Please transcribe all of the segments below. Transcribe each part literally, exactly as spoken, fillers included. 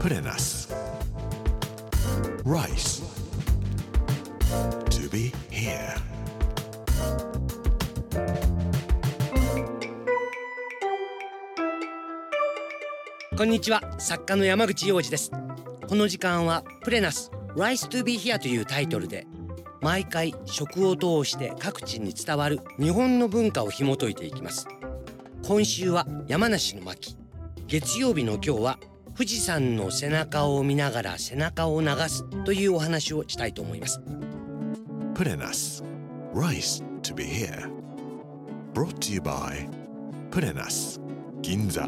プレナス Rice to be here。 こんにちは、作家の山口洋二です。この時間はプレナス Rice to be here というタイトルで、毎回食を通して各地に伝わる日本の文化を紐解いていきます。今週は山梨の巻、月曜日の今日は富士山の背中を見ながら背中を流すというお話をしたいと思います。 プレナス Rice to be here Brought to you by プレナス銀座。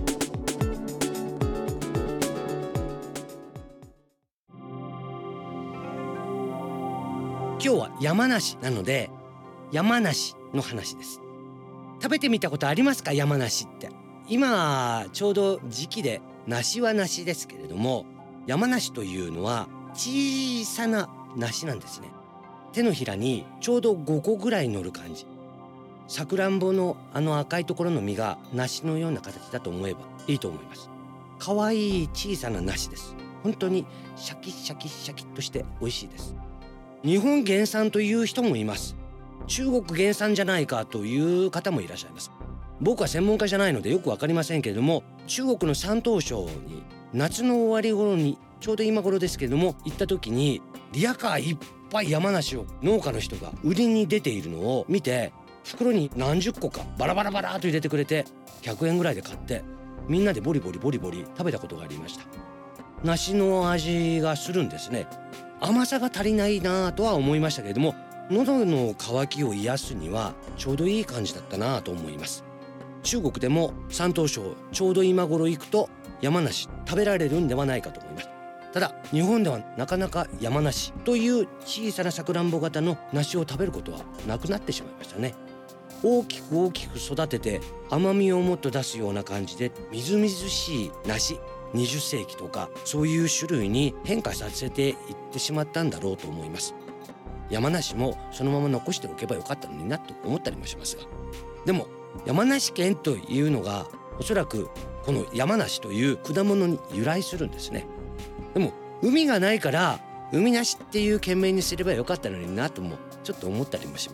今日は山梨なので山梨の話です。食べてみたことありますか？山梨って。今ちょうど時期で梨は梨ですけれども、山梨というのは小さな梨なんですね。手のひらにちょうどごこぐらい乗る感じ。さくらんぼのあの赤いところの実が梨のような形だと思えばいいと思います。かわいい小さな梨です。本当にシャキシャキシャキっとして美味しいです。日本原産という人もいます。中国原産じゃないかという方もいらっしゃいます。僕は専門家じゃないのでよくわかりませんけれども、中国の山東省に夏の終わり頃にちょうど今頃ですけれども行った時に、リヤカーいっぱい山梨を農家の人が売りに出ているのを見て、袋に何十個かバラバラバラと入れてくれてひゃくえんぐらいで買って、みんなでボリボリボリボリ食べたことがありました。梨の味がするんですね。甘さが足りないなとは思いましたけれども、喉の渇きを癒すにはちょうどいい感じだったなと思います。中国でも山東省ちょうど今頃行くと山梨食べられるんではないかと思います。ただ日本ではなかなか山梨という小さなさくらんぼ型の梨を食べることはなくなってしまいましたね。大きく大きく育てて甘みをもっと出すような感じで、みずみずしい梨にじゅっせいきとかそういう種類に変化させていってしまったんだろうと思います。山梨もそのまま残しておけばよかったのになと思ったりもしますが、でも山梨県というのがおそらくこの山梨という果物に由来するんですね。でも海がないから海なしっていう県名にすればよかったのになともちょっと思ったりもします。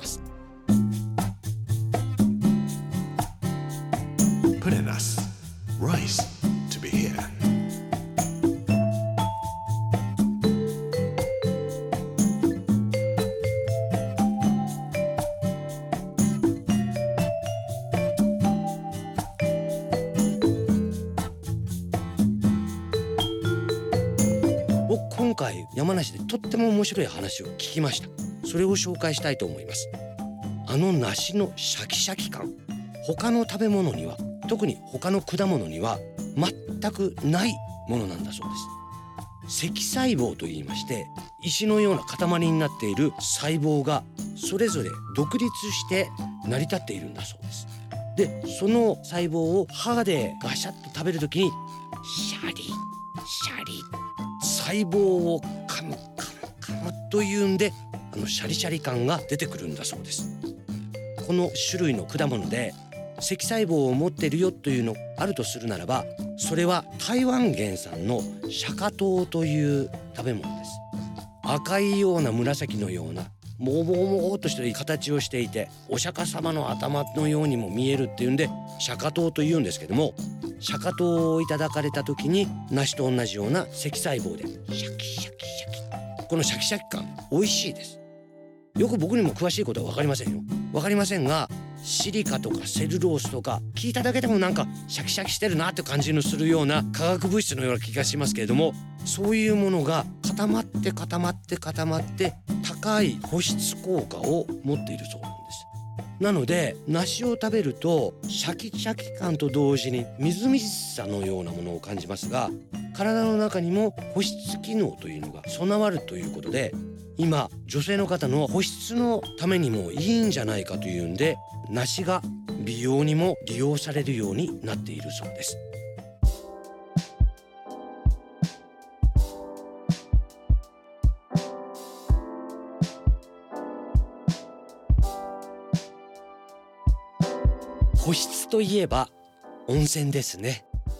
プレナス Rice to be here。 今回山梨でとっても面白い話を聞きました。それを紹介したいと思います。あの梨のシャキシャキ感、他の食べ物には、特に他の果物には全くないものなんだそうです。積細胞といいまして、石のような塊になっている細胞がそれぞれ独立して成り立っているんだそうです。でその細胞を歯でガシャッと食べるときにシャリシャリ、細胞を噛む噛む噛むというんで、あのシャリシャリ感が出てくるんだそうです。この種類の果物で積細胞を持っているよというのあるとするならば、それは台湾原産の釈迦糖という食べ物です。赤いような紫のようなももももとした形をしていて、お釈迦様の頭のようにも見えるっていうんで釈迦糖というんですけども、釈迦糖をいただかれた時に梨と同じような積細胞でシャキシャキシャキ、このシャキシャキ感美味しいです。よく僕にも詳しいことは分かりませんよ。分かりませんが、シリカとかセルロースとか聞いただけでもなんかシャキシャキしてるなって感じのするような化学物質のような気がしますけれども、そういうものが固まって固まって固まって高い保湿効果を持っているそうなんです。なので梨を食べるとシャキシャキ感と同時にみずみずしさのようなものを感じますが、体の中にも保湿機能というのが備わるということで、今女性の方の保湿のためにもいいんじゃないかというんで、梨が美容にも利用されるようになっているそうです。保湿といえば温泉ですね。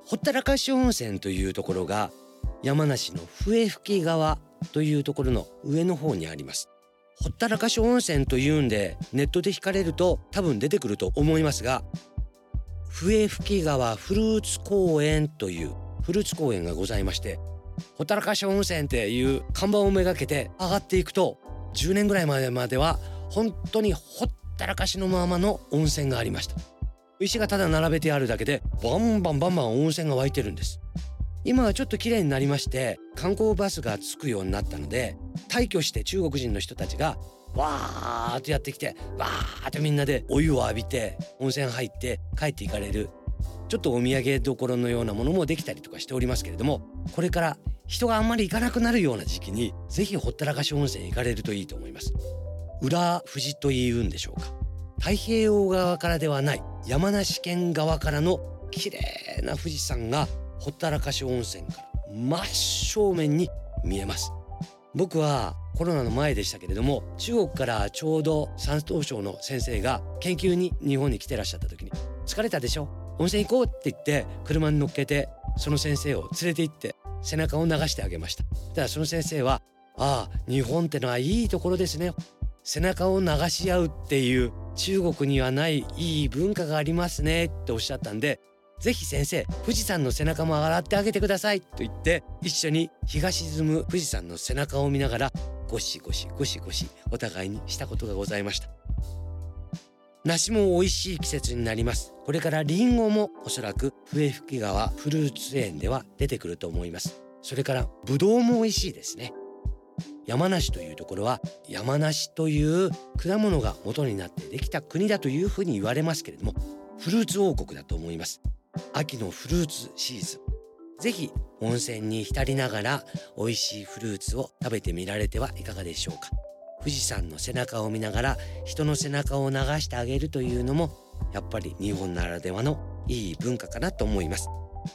ほったらかし温泉というところが山梨の笛吹川というところの上の方にあります。ほったらかし温泉というんでネットで引かれると多分出てくると思いますが、笛吹川フルーツ公園というフルーツ公園がございまして、ほったらかし温泉っていう看板をめがけて上がっていくと、じゅうねんぐらい前までは本当にほったらかしのままの温泉がありました。石がただ並べてあるだけでバンバンバンバン温泉が湧いてるんです。今はちょっと綺麗になりまして、観光バスが着くようになったので、退去して中国人の人たちがわーっとやってきて、わーっとみんなでお湯を浴びて温泉入って帰っていかれる、ちょっとお土産どころのようなものもできたりとかしておりますけれども、これから人があんまり行かなくなるような時期にぜひほったらかし温泉行かれるといいと思います。裏富士というんでしょうか、太平洋側からではない山梨県側からの綺麗な富士山がほったらかし温泉から真正面に見えます。僕はコロナの前でしたけれども、中国からちょうど山東省の先生が研究に日本に来てらっしゃった時に、疲れたでしょ、温泉行こうって言って車に乗っけてその先生を連れて行って背中を流してあげました。だからその先生は、ああ日本ってのはいいところですね、背中を流し合うっていう中国にはないいい文化がありますねっておっしゃったんで、ぜひ先生富士山の背中も洗ってあげてくださいと言って、一緒に日が沈む富士山の背中を見ながらゴシゴシゴシゴシお互いにしたことがございました。梨も美味しい季節になります。これからリンゴもおそらく笛吹川フルーツ園では出てくると思います。それからブドウも美味しいですね。山梨というところは山梨という果物が元になってできた国だというふうに言われますけれども、フルーツ王国だと思います。秋のフルーツシーズン、ぜひ温泉に浸りながら美味しいフルーツを食べてみられてはいかがでしょうか。富士山の背中を見ながら人の背中を流してあげるというのもやっぱり日本ならではのいい文化かなと思います。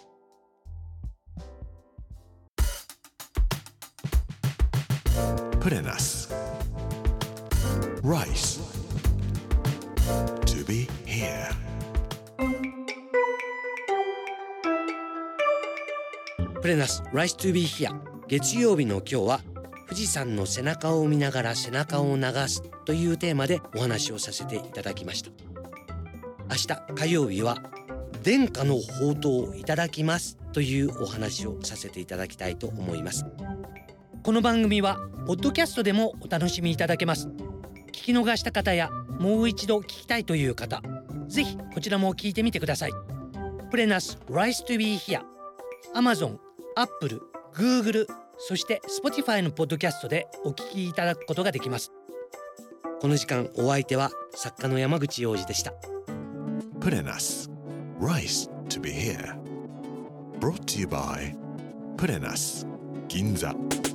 プレナス Rice to be here。 プレナス Rice to be here、 月曜日の今日は富士山の背中を見ながら背中を流すというテーマでお話をさせていただきました。明日火曜日は殿下の宝刀をいただきますというお話をさせていただきたいと思います。この番組はポッドキャストでもお楽しみいただけます。聞き逃した方やもう一度聞きたいという方、ぜひこちらも聞いてみてください。プレナス Rice to be here、 Amazon、Apple、Google、そして Spotify のポッドキャストでお聞きいただくことができます。この時間お相手は作家の山口洋二でした。 プレナス Rice to be here Brought to you by プレナス銀座。